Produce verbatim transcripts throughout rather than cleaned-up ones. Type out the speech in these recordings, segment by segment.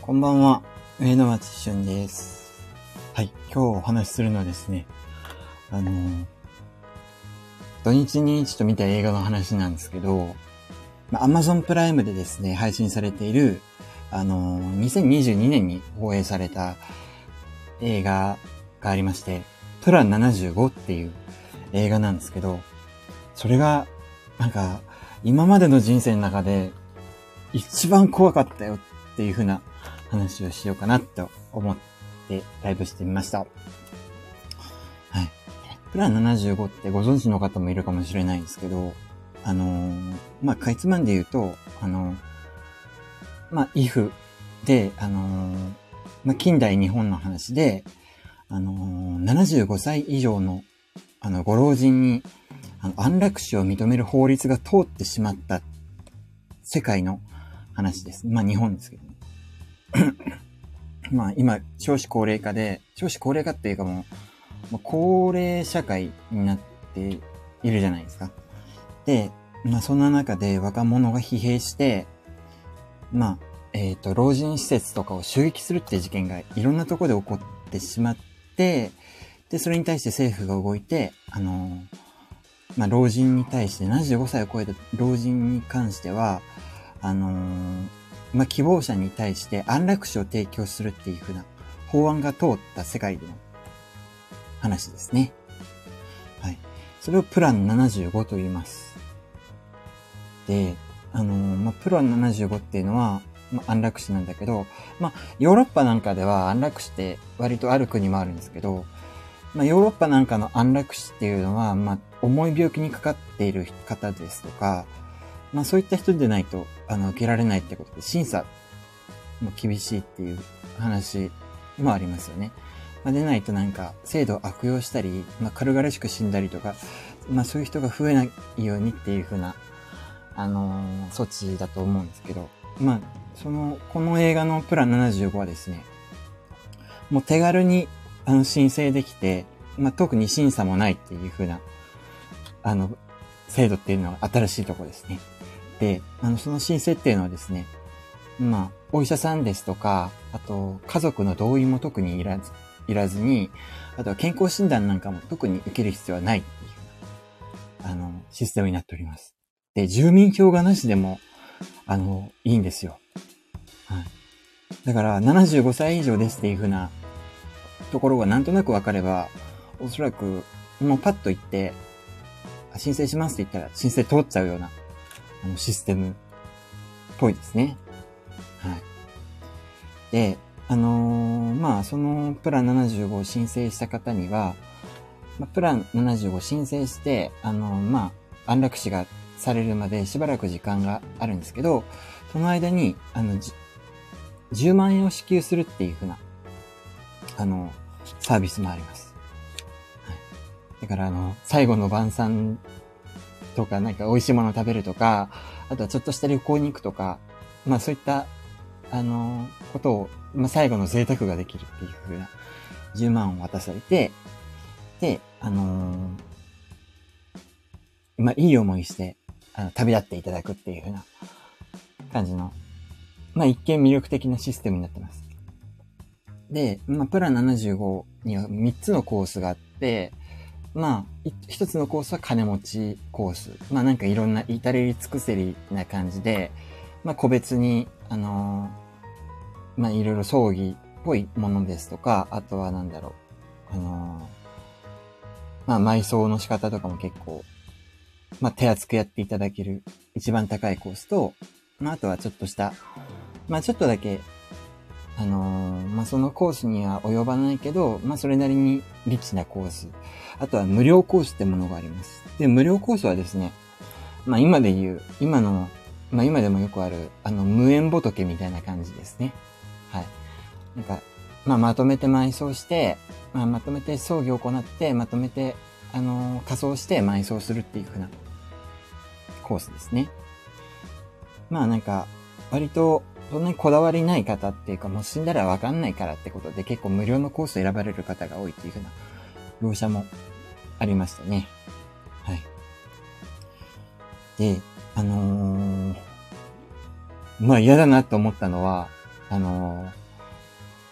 こんばんは、上野松俊です。はい、今日お話しするのはですね、あのー、土日にちょっと見た映画の話なんですけど、まあ、Amazon プライムでですね、配信されている、あのー、にせんにじゅうにねんに放映された映画がありまして、プランななじゅうごっていう映画なんですけど、それが、なんか、今までの人生の中で一番怖かったよっていう風な話をしようかなと思ってライブしてみました。はい。プランななじゅうごってご存知の方もいるかもしれないんですけど、あのー、まあ、かいつまんで言うと、あのー、まあ、イフで、あのー、まあ、近代日本の話で、あのー、ななじゅうごさい以上の、あの、ご老人に、あの、安楽死を認める法律が通ってしまった世界の話です。まあ、日本ですけどね。まあ、今、少子高齢化で、少子高齢化っていうかもう、もう高齢社会になっているじゃないですか。で、まあ、そんな中で若者が疲弊して、まあ、えっと、老人施設とかを襲撃するっていう事件がいろんなところで起こってしまって、で、それに対して政府が動いて、あのー、まあ、老人に対してななじゅうごさいを超えた老人に関しては、あのー、まあ、希望者に対して安楽死を提供するっていう風な法案が通った世界での話ですね。はい。それをプランななじゅうごと言います。で、あのー、まあ、プランななじゅうごっていうのは、まあ、安楽死なんだけど、まあ、ヨーロッパなんかでは安楽死って割とある国もあるんですけど、まあ、ヨーロッパなんかの安楽死っていうのは、まあ、重い病気にかかっている方ですとか、まあ、そういった人でないと、あの、受けられないってことで、審査も厳しいっていう話もありますよね。まあ、でないとなんか、制度を悪用したり、まあ、軽々しく死んだりとか、まあ、そういう人が増えないようにっていう風な、あのー、措置だと思うんですけど、まあ、その、この映画のプランななじゅうごはですね、もう手軽に、あの、申請できて、まあ、特に審査もないっていう風な、あの、制度っていうのは新しいところですね。で、あの、その申請っていうのはですね、まあ、お医者さんですとか、あと、家族の同意も特にいらず、いらずに、あとは健康診断なんかも特に受ける必要はないっていう、あの、システムになっております。で、住民票がなしでも、あの、いいんですよ。はい。だから、ななじゅうごさい以上ですっていう風なところがなんとなくわかれば、おそらく、もうパッと言って、申請しますって言ったら申請通っちゃうような、あの、システムっぽいですね。はい。で、あのー、まあ、そのプランななじゅうごを申請した方には、まあ、プランななじゅうご申請して、あのー、まあ、安楽死がされるまでしばらく時間があるんですけど、その間に、あの、じゅうまんえんを支給するっていうふうな、あの、サービスもあります。はい。だから、あの、最後の晩餐とか、なんか美味しいものを食べるとか、あとはちょっとした旅行に行くとか、まあそういった、あの、ことを、まあ最後の贅沢ができるっていう風なじゅうまんを渡されて、で、あのー、まあいい思いして、あの、旅立っていただくっていう風な感じの、まあ一見魅力的なシステムになってます。で、まあプランななじゅうごにはみっつのコースがあって、まあ、一つのコースは金持ちコース。まあなんかいろんな至れり尽くせりな感じで、まあ個別に、あのー、まあいろいろ葬儀っぽいものですとか、あとはなんだろう、あのー、まあ埋葬の仕方とかも結構、まあ手厚くやっていただける一番高いコースと、まああとはちょっとした、まあちょっとだけ、あのー、まあ、そのコースには及ばないけど、まあ、それなりにリッチなコース。あとは無料コースってものがあります。で、無料コースはですね、まあ、今で言う、今の、まあ、今でもよくある、あの、無縁仏みたいな感じですね。はい。なんか、まあ、まとめて埋葬して、まあ、まとめて葬儀を行って、まとめて、あのー、仮装して埋葬するっていう風なコースですね。まあ、なんか、割と、そんなにこだわりない方っていうか、もう死んだらわかんないからってことで結構無料のコースを選ばれる方が多いっていう風な描写もありましたね。はい。で、あのー、まあ嫌だなと思ったのは、あのー、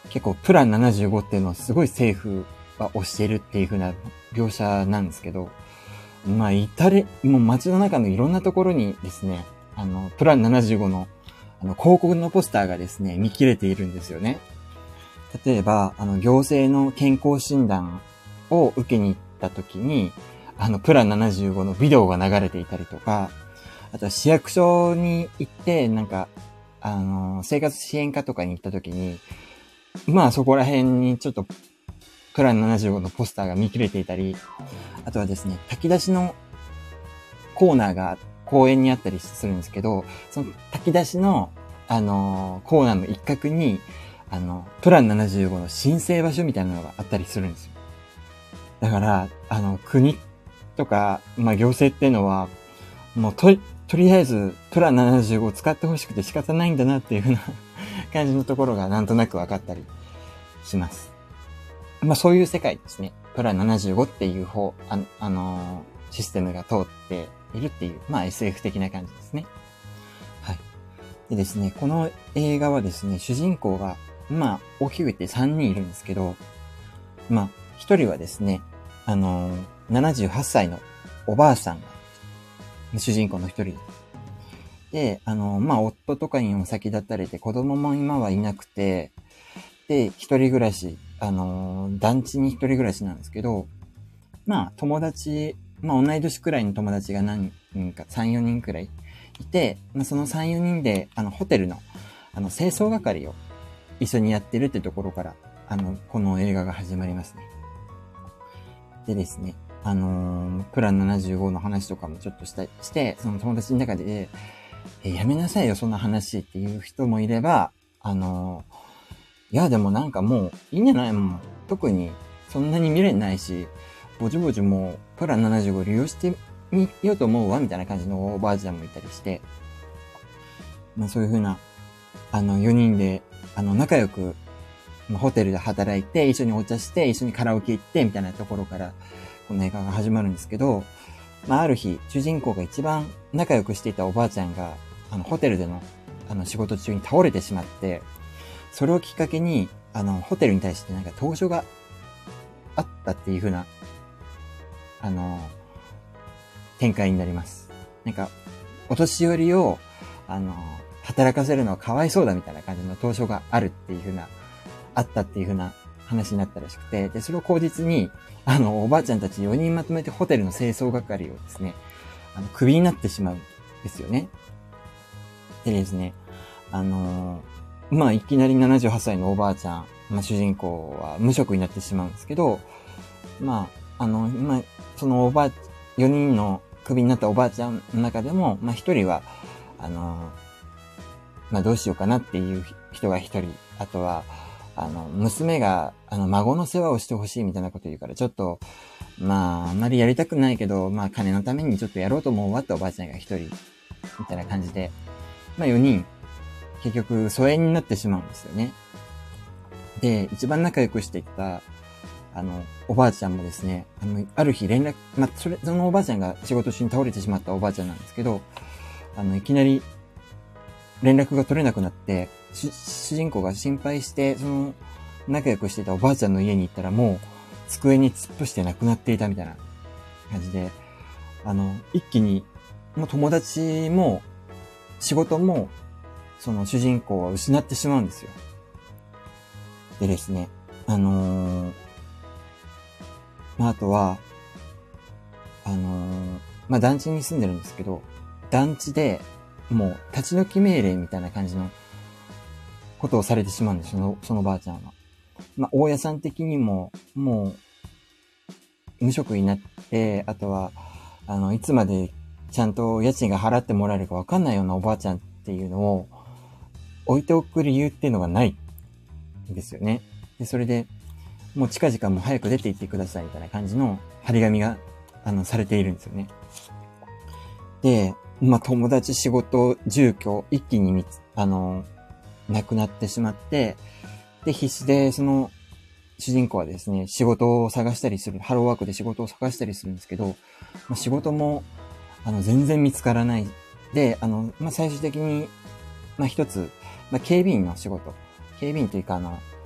結構プランななじゅうごっていうのをすごい政府は推してるっていう風な描写なんですけど、まあ、至れ、もう街の中のいろんなところにですね、あの、プランななじゅうごの、あの、広告のポスターがですね、見切れているんですよね。例えば、あの、行政の健康診断を受けに行った時に、あの、プランななじゅうごのビデオが流れていたりとか、あとは市役所に行って、なんか、あの、生活支援課とかに行った時に、まあそこら辺にちょっと、プランななじゅうごのポスターが見切れていたり、あとはですね、炊き出しのコーナーが公園にあったりするんですけど、その炊き出しの、あのー、コーナーの一角に、あの、プランななじゅうごの申請場所みたいなのがあったりするんですよ。だから、あの、国とか、まあ行政っていうのは、もうと、とりあえず、プランななじゅうごを使ってほしくて仕方ないんだなっていう風な感じのところがなんとなく分かったりします。まあそういう世界ですね。プランななじゅうごっていう方、あ、あのー、システムが通っているっていう、まあ エスエフ 的な感じですね。はい。でですね、この映画はですね、主人公が、まあ大きく言ってさんにんいるんですけど、まあひとりはですね、あのー、ななじゅうはっさいのおばあさんが、主人公の一人で。で、あのー、まあ夫とかにも先立たれて子供も今はいなくて、で、一人暮らし、あのー、団地に一人暮らしなんですけど、まあ、友達、まあ、同い年くらいの友達が何人か、さん、よにんくらいいて、まあ、そのさん、よにんで、あの、ホテルの、あの、清掃係を一緒にやってるってところから、あの、この映画が始まりますね。でですね、あのー、プランななじゅうごの話とかもちょっとしたして、その友達の中で、え、やめなさいよ、そんな話っていう人もいれば、あのー、いや、でもなんかもういいんじゃない？もう特にそんなに見れないし、ぼちぼちもうプランななじゅうご利用してみようと思うわ、みたいな感じのおばあちゃんもいたりして、まあそういう風な、あのよにんで、あの仲良く、まあ、ホテルで働いて、一緒にお茶して、一緒にカラオケ行って、みたいなところから、この映画が始まるんですけど、まあある日、主人公が一番仲良くしていたおばあちゃんが、あのホテルでの、あの仕事中に倒れてしまって、それをきっかけに、あの、ホテルに対してなんか投書があったっていう風な、あの、展開になります。なんか、お年寄りを、あの、働かせるのはかわいそうだみたいな感じの投書があるっていう風な、あったっていう風な話になったらしくて、で、それを口実に、あの、おばあちゃんたちよにんまとめてホテルの清掃係をですね、あの、クビになってしまうんですよね。でですね、あのまあ、いきなりななじゅうはっさいのおばあちゃん、まあ、主人公は無職になってしまうんですけど、まあ、あの、まあ、そのおばあ、よにんのクビになったおばあちゃんの中でも、まあ、ひとりは、あの、まあ、どうしようかなっていう人がひとり、あとは、あの、娘が、あの、孫の世話をしてほしいみたいなこと言うから、ちょっと、まあ、あんまりやりたくないけど、まあ、金のためにちょっとやろうと思うわっておばあちゃんがひとり、みたいな感じで、まあ、よにん、結局、疎遠になってしまうんですよね。で、一番仲良くしていた、あの、おばあちゃんもですね、あの、ある日連絡、まあ、それ、そのおばあちゃんが仕事中に倒れてしまったおばあちゃんなんですけど、あの、いきなり連絡が取れなくなって、主人公が心配して、その、仲良くしていたおばあちゃんの家に行ったらもう、机に突っ伏して亡くなっていたみたいな感じで、あの、一気に、もう友達も、仕事も、その主人公は失ってしまうんですよ。でですね、あのー、まあ、あとは、あのー、まあ、団地に住んでるんですけど、団地でもう立ち退き命令みたいな感じのことをされてしまうんですよ、その、そのばあちゃんは。まあ、大家さん的にも、もう、無職になって、あとは、あの、いつまでちゃんと家賃が払ってもらえるかわかんないようなおばあちゃんっていうのを、置いておく理由っていうのがないんですよね。で、それで、もう近々もう早く出て行ってくださいみたいな感じの張り紙が、あの、されているんですよね。で、まあ、友達、仕事、住居、一気にみつ、あの、亡くなってしまって、で、必死で、その、主人公はですね、仕事を探したりする、ハローワークで仕事を探したりするんですけど、まあ、仕事も、あの、全然見つからない。で、あの、まあ、最終的に、まあ、一つ、まあ、警備員の仕事。警備員というか、あの、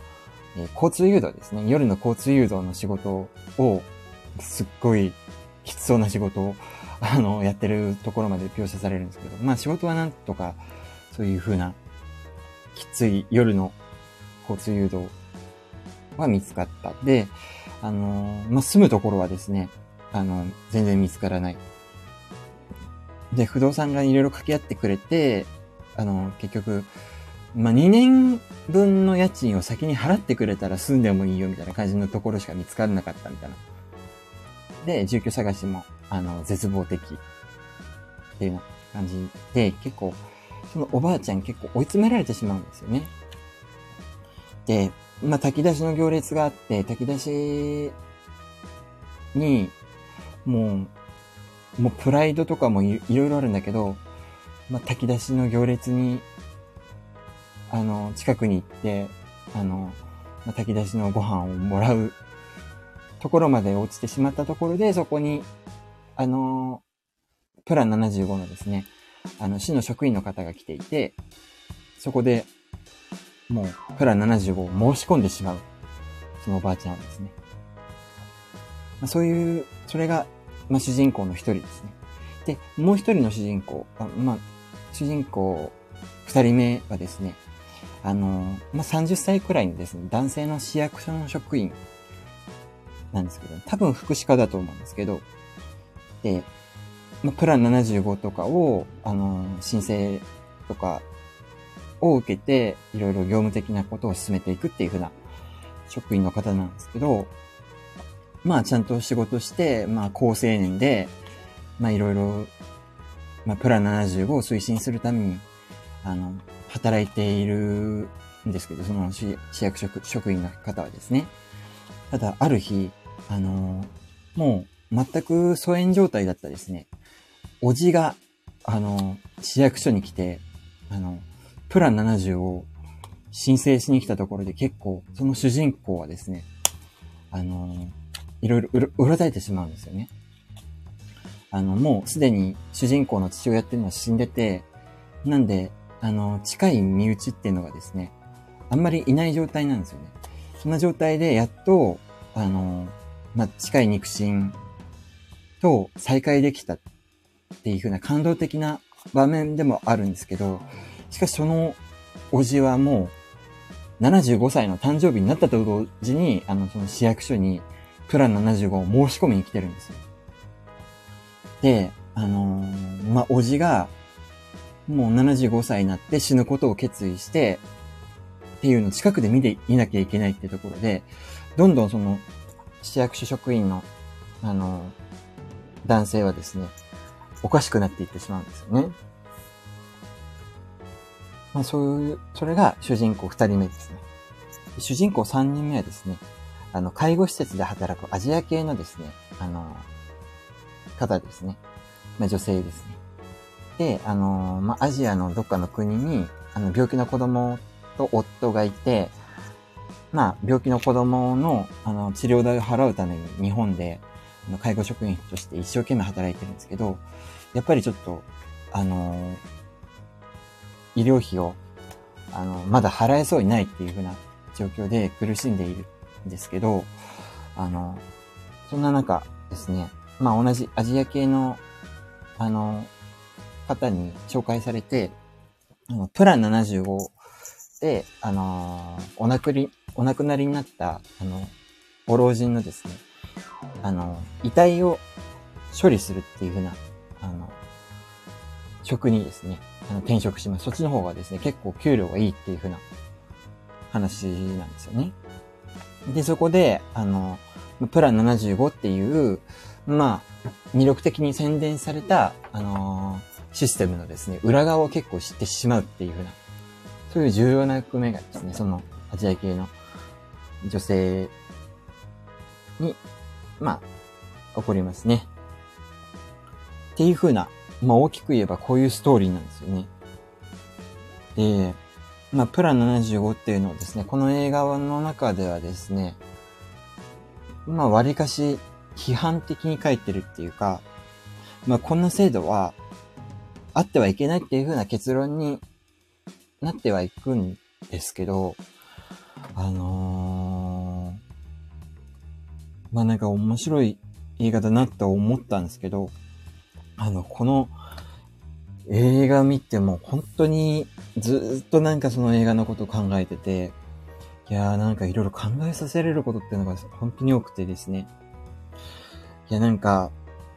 えー、交通誘導ですね。夜の交通誘導の仕事を、すっごいきつそうな仕事を、あの、やってるところまで描写されるんですけど、まあ仕事はなんとか、そういう風な、きつい夜の交通誘導は見つかった。で、あのー、まあ、住むところはですね、あの、全然見つからない。で、不動産がいろいろ掛け合ってくれて、あの、結局、まあ、にねんぶんの家賃を先に払ってくれたら住んでもいいよみたいな感じのところしか見つからなかったみたいな。で、住居探しも、あの、絶望的っていうような感じで、結構、そのおばあちゃん結構追い詰められてしまうんですよね。で、まあ、炊き出しの行列があって、炊き出しに、もう、もうプライドとかも い, いろいろあるんだけど、まあ、炊き出しの行列に、あの、近くに行って、あの、まあ、炊き出しのご飯をもらうところまで落ちてしまったところで、そこに、あの、プランななじゅうごのですね、あの、市の職員の方が来ていて、そこで、もう、プランななじゅうごを申し込んでしまう。そのおばあちゃんはですね。まあ、そういう、それが、まあ、主人公の一人ですね。で、もう一人の主人公、あまあ、主人公二人目はですね、あの、まあ、さんじゅっさいくらいのですね、男性の市役所の職員なんですけど、多分福祉課だと思うんですけど、で、まあ、プランななじゅうごとかを、あの、申請とかを受けて、いろいろ業務的なことを進めていくっていう風な職員の方なんですけど、まあちゃんと仕事して、まあ高青年で、まあいろいろ、まあプランななじゅうごを推進するために、あの、働いているんですけど、その市役所職員の方はですね。ただ、ある日、あの、もう全く疎遠状態だったですね。おじが、あの、市役所に来て、あの、プランななじゅうを申請しに来たところで結構、その主人公はですね、あの、いろいろうろ、うろたえてしまうんですよね。あの、もうすでに主人公の父親っていうのは死んでて、なんで、あの、近い身内っていうのがですね、あんまりいない状態なんですよね。そんな状態でやっと、あの、まあ、近い肉親と再会できたっていう風な感動的な場面でもあるんですけど、しかしそのおじはもうななじゅうごさいの誕生日になったと同時に、あの、その市役所にプランななじゅうごを申し込みに来てるんですよ。で、あのー、まあ、おじが、もうななじゅうごさいになって死ぬことを決意して、っていうのを近くで見ていなきゃいけないってところで、どんどんその、市役所職員の、あのー、男性はですね、おかしくなっていってしまうんですよね。まあ、そういう、それが主人公二人目ですね。主人公三人目はですね、あの、介護施設で働くアジア系のですね、あのー、方ですね。まあ、女性ですね。で、あのー、まあ、アジアのどっかの国に、あの、病気の子供と夫がいて、まあ、病気の子供の、あの、治療代を払うために日本で、あの、介護職員として一生懸命働いてるんですけど、やっぱりちょっと、あのー、医療費を、あの、まだ払えそうにないっていう風な状況で苦しんでいるんですけど、あの、そんな中ですね、まあ同じアジア系の、あの、方に紹介されて、あのプランななじゅうごで、あの、お亡くり、お亡くなりになった、あの、ご老人のですね、あの、遺体を処理するっていう風な、あの、職にですね、あの転職します。そっちの方がですね、結構給料がいいっていう風な話なんですよね。で、そこで、あの、プランななじゅうごっていう、まあ、魅力的に宣伝された、あのー、システムのですね、裏側を結構知ってしまうっていう風な、そういう重要な役目がですね、そのアジア系の女性に、まあ、起こりますね。っていう風な、まあ大きく言えばこういうストーリーなんですよね。で、まあプランななじゅうごっていうのはですね、この映画の中ではですね、まあ割かし批判的に書いてるっていうか、まあこんな制度はあってはいけないっていう風な結論になってはいくんですけど、あのまあなんか面白い映画だなと思ったんですけど、あの、この映画見ても本当にずーっとなんかその映画のことを考えてて、いやーなんかいろいろ考えさせられることっていうのが本当に多くてですね。いやなんか、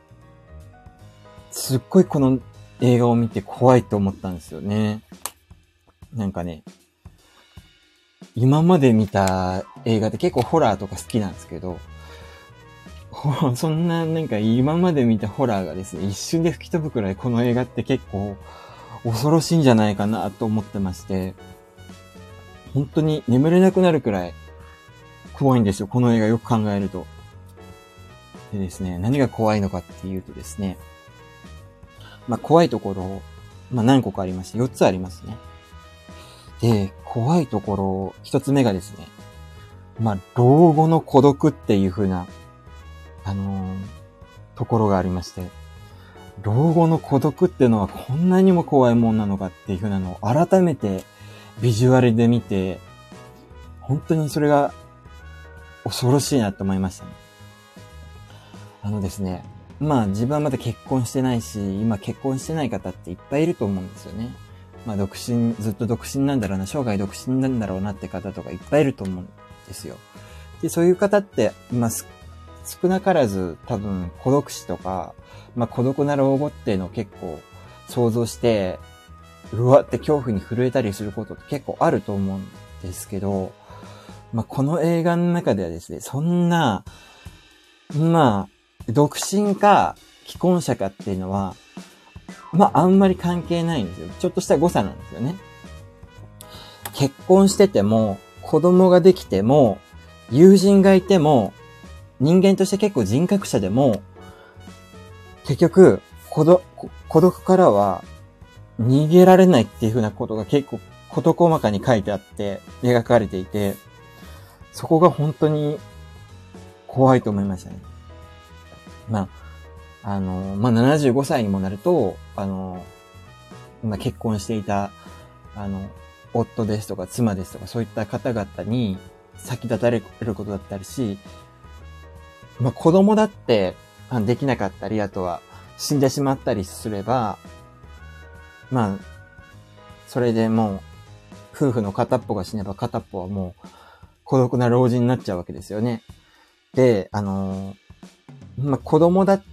すっごいこの映画を見て怖いと思ったんですよね。なんかね、今まで見た映画って結構ホラーとか好きなんですけど、そんななんか今まで見たホラーがですね、一瞬で吹き飛ぶくらいこの映画って結構恐ろしいんじゃないかなと思ってまして、本当に眠れなくなるくらい怖いんですよ、この映画よく考えると。でですね、何が怖いのかっていうとですね、まあ怖いところ、まあ何個かありまして、よっつありますね。で、怖いところ、一つ目がですね、まあ老後の孤独っていう風な、あのー、ところがありまして、老後の孤独っていうのはこんなにも怖いもんなのかっていう風なのを改めてビジュアルで見て、本当にそれが恐ろしいなと思いましたね。あのですね、まあ自分はまだ結婚してないし、今結婚してない方っていっぱいいると思うんですよね。まあ独身、ずっと独身なんだろうな、生涯独身なんだろうなって方とかいっぱいいると思うんですよ。で、そういう方って、まあ少なからず多分孤独死とか、まあ孤独な老後っていうのを結構想像して、うわって恐怖に震えたりすることって結構あると思うんですけど、まあこの映画の中ではですね、そんな、まあ、独身か既婚者かっていうのは、まああんまり関係ないんですよ。ちょっとした誤差なんですよね。結婚してても、子供ができても、友人がいても、人間として結構人格者でも、結局、孤独、孤独からは逃げられないっていう風なことが結構事細かに書いてあって、描かれていて、そこが本当に怖いと思いましたね。まあ、あの、まあ、ななじゅうごさいにもなると、あの、まあ、結婚していた、あの、夫ですとか妻ですとかそういった方々に先立たれることだったりし、まあ、子供だってできなかったり、あとは死んでしまったりすれば、まあ、それでもう、夫婦の片っぽが死ねば片っぽはもう孤独な老人になっちゃうわけですよね。で、あの、まあ、子供だって、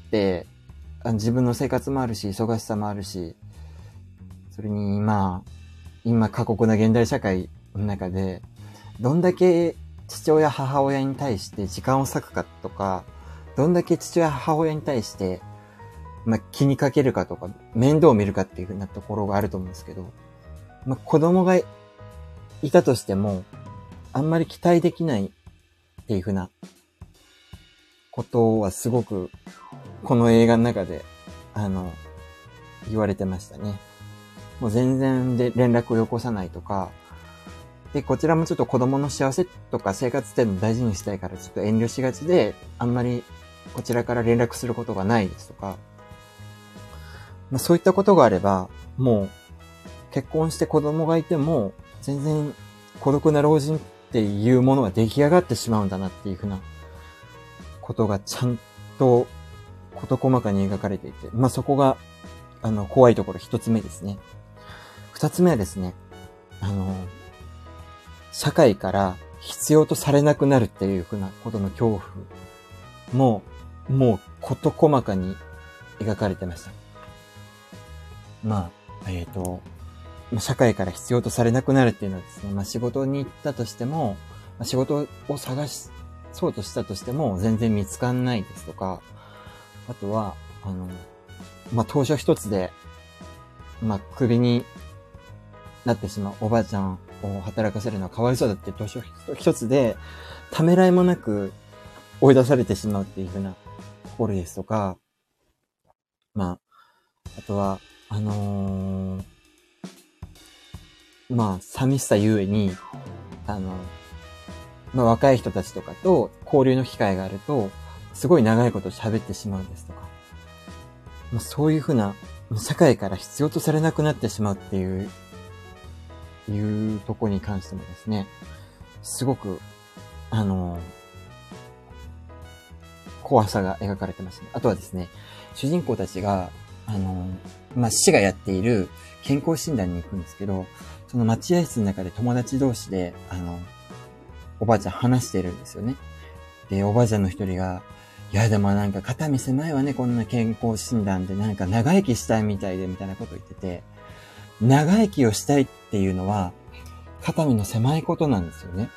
自分の生活もあるし、忙しさもあるし、それに、まあ、今過酷な現代社会の中で、どんだけ父親母親に対して時間を割くかとか、どんだけ父親母親に対して、まあ、気にかけるかとか、面倒を見るかっていう風なところがあると思うんですけど、まあ、子供がいたとしても、あんまり期待できないっていう風なことはすごく、この映画の中で、あの、言われてましたね。もう全然で連絡をよこさないとか、で、こちらもちょっと子供の幸せとか生活っていうのを大事にしたいからちょっと遠慮しがちで、あんまりこちらから連絡することがないですとか、まあそういったことがあれば、もう結婚して子供がいても、全然孤独な老人っていうものは出来上がってしまうんだなっていうふうなことがちゃんと事細かに描かれていて、まあそこが、あの、怖いところ一つ目ですね。二つ目はですね、あの、社会から必要とされなくなるっていうふうなことの恐怖も、もう事細かに描かれてました。まあ、えっと、社会から必要とされなくなるっていうのはですね、まあ仕事に行ったとしても、仕事を探しそうとしたとしても全然見つかんないですとか、あとは、あの、まあ当初一つで、まあクビになってしまうおばあちゃんを働かせるのはかわいそうだって当初一つで、ためらいもなく追い出されてしまうっていうふうなところですとか、まあ、あとは、あのー、まあ、寂しさゆえに、あの、まあ、若い人たちとかと交流の機会があると、すごい長いこと喋ってしまうんですとか、まあ、そういうふうな、社会から必要とされなくなってしまうっていう、いうとこに関してもですね、すごく、あの、 怖さが描かれてますね。あとはですね、主人公たちが、あの、まあ、市がやっている健康診断に行くんですけど、その待合室の中で友達同士で、あの、おばあちゃん話してるんですよね。で、おばあちゃんの一人が、いやでもなんか肩身狭いわね、こんな健康診断で、なんか長生きしたいみたいで、みたいなことを言ってて、長生きをしたいっていうのは、肩身の狭いことなんですよね。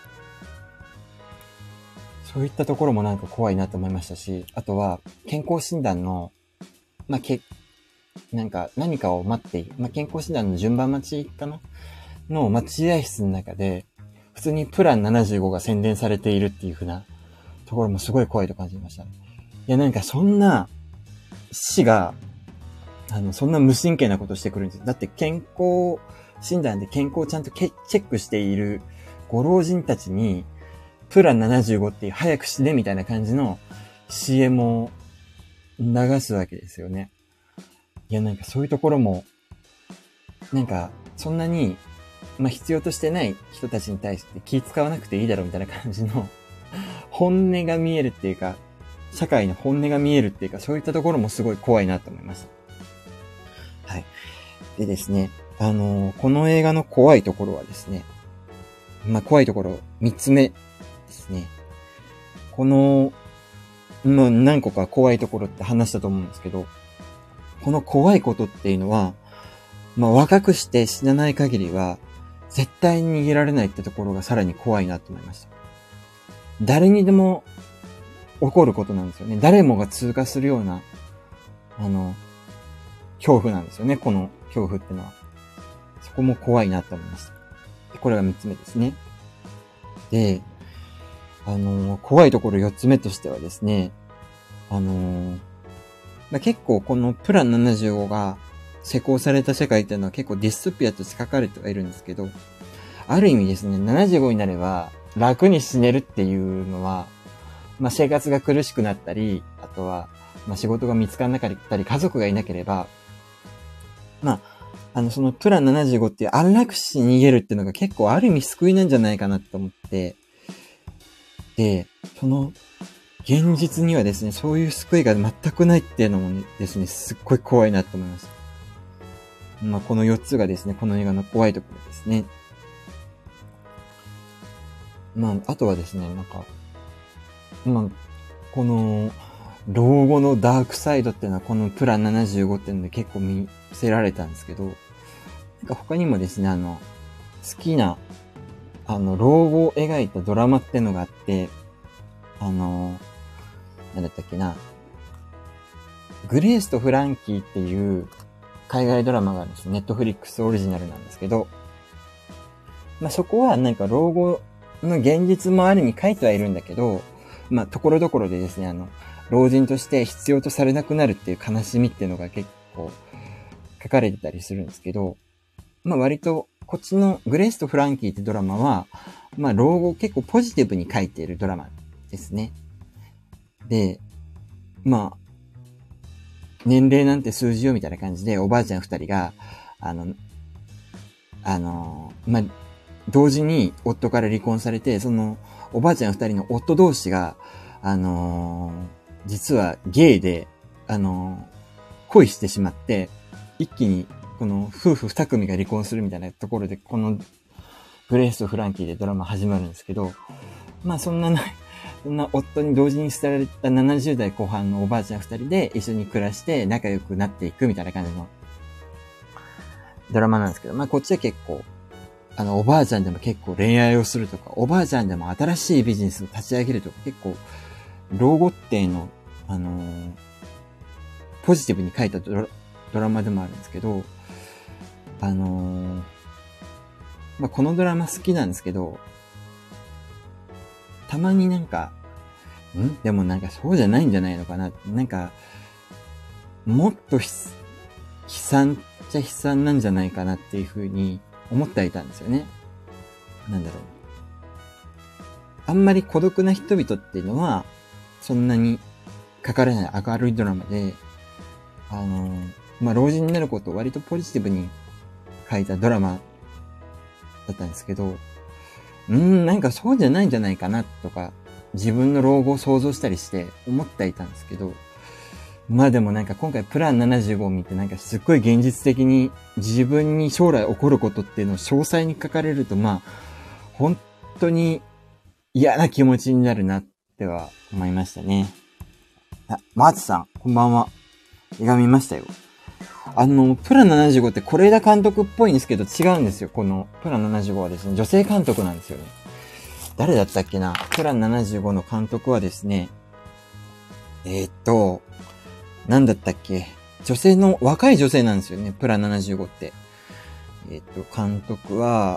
そういったところもなんか怖いなと思いましたし、あとは、健康診断の、まあ、け、なんか何かを待って、まあ、健康診断の順番待ちかなの待合室の中で、普通にプランななじゅうごが宣伝されているっていう風なところもすごい怖いと感じました。いや、なんかそんな、死が、あの、そんな無神経なことしてくるんですよ。だって健康診断で健康をちゃんとチェックしているご老人たちに、プランななじゅうごっていう早く死ねみたいな感じの シーエム を流すわけですよね。いや、なんかそういうところも、なんか、そんなに、まあ、必要としてない人たちに対して気使わなくていいだろうみたいな感じの本音が見えるっていうか、社会の本音が見えるっていうか、そういったところもすごい怖いなと思いました。はい。でですね、あのー、この映画の怖いところはですね、まあ、怖いところ三つ目ですね。この、まあ、何個か怖いところって話したと思うんですけど、この怖いことっていうのは、まあ、若くして死なない限りは、絶対に逃げられないってところがさらに怖いなと思いました。誰にでも起こることなんですよね。誰もが通過するような、あの、恐怖なんですよね。この恐怖ってのは。そこも怖いなと思いました。これが三つ目ですね。で、あの、怖いところ四つ目としてはですね、あの、まあ、結構このプランななじゅうごが施行された世界っていうのは結構ディストピアとして書かれてはいるんですけど、ある意味ですね、ななじゅうごになれば楽に死ねるっていうのは、まあ、生活が苦しくなったり、あとは、まあ、仕事が見つからなかったり、家族がいなければ、まあ、あの、そのプランななじゅうごっていう安楽死に逃げるっていうのが結構ある意味救いなんじゃないかなと思って、で、その、現実にはですね、そういう救いが全くないっていうのもね、ですね、すっごい怖いなと思いました。まあ、このよっつがですね、この映画の怖いところですね。まあ、あとはですね、なんか、まあ、この、老後のダークサイドっていうのはこのプランななじゅうごっていうので結構見せられたんですけど、なんか他にもですね、あの、好きな、あの、老後を描いたドラマっていうのがあって、あの、なんだったっけな、グレースとフランキーっていう海外ドラマがあるんですよ。ネットフリックスオリジナルなんですけど、まあ、そこはなんか老後の現実もある意味書いてはいるんだけど、まあ、ところどころでですね、あの、老人として必要とされなくなるっていう悲しみっていうのが結構書かれてたりするんですけど、まあ割とこっちのグレースとフランキーってドラマは、まあ老後を結構ポジティブに書いているドラマですね。で、まあ、年齢なんて数字よみたいな感じでおばあちゃん二人が、あの、あの、まあ、同時に夫から離婚されて、そのおばあちゃん二人の夫同士が、あのー、実はゲイで、あのー、恋してしまって、一気にこの夫婦二組が離婚するみたいなところで、このグレースとフランキーでドラマ始まるんですけど、まあそんな、そんな夫に同時に捨てられたななじゅう代後半のおばあちゃん二人で一緒に暮らして仲良くなっていくみたいな感じのドラマなんですけど、まあこっちは結構、あの、おばあちゃんでも結構恋愛をするとか、おばあちゃんでも新しいビジネスを立ち上げるとか、結構、老後っての、あのー、ポジティブに書いたドラ、ドラマでもあるんですけど、あのー、まあ、このドラマ好きなんですけど、たまになんか、んでもなんかそうじゃないんじゃないのかな。なんか、もっと悲惨っちゃ悲惨なんじゃないかなっていう風に思ってはいたんですよね。なんだろう。あんまり孤独な人々っていうのは、そんなに書かれない明るいドラマで、あの、まあ、老人になることを割とポジティブに書いたドラマだったんですけど、うーん、なんかそうじゃないんじゃないかなとか自分の老後を想像したりして思っていたんですけど、まあでもなんか今回プランななじゅうごを見てなんかすっごい現実的に自分に将来起こることっていうのを詳細に書かれると、まあ本当に嫌な気持ちになるなっては思いましたね。あ、マーツさん、こんばんは。映画見ましたよ。あの、プランななじゅうごって是枝監督っぽいんですけど違うんですよ。このプランななじゅうごはですね、女性監督なんですよね。誰だったっけな？プランななじゅうごの監督はですね、えー、っと、なんだったっけ？女性の、若い女性なんですよね、プランななじゅうごって。えー、っと、監督は、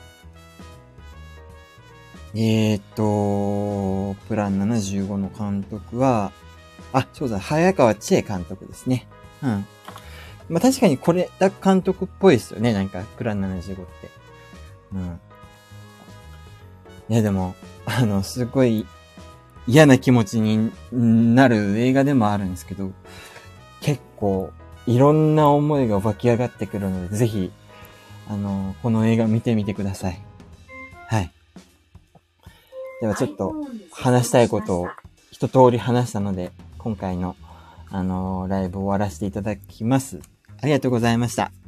えー、っと、プランななじゅうごの監督は、あ、そうだ、早川千恵監督ですね。うん。まあ、確かにこれだ監督っぽいですよね、なんか、プランななじゅうごって。うん。いや、でも、あの、すごい嫌な気持ちになる映画でもあるんですけど、結構、いろんな思いが湧き上がってくるので、ぜひ、あの、この映画見てみてください。はい。ではちょっと、話したいことを一通り話したので、今回の、あのー、ライブを終わらせていただきます。ありがとうございました。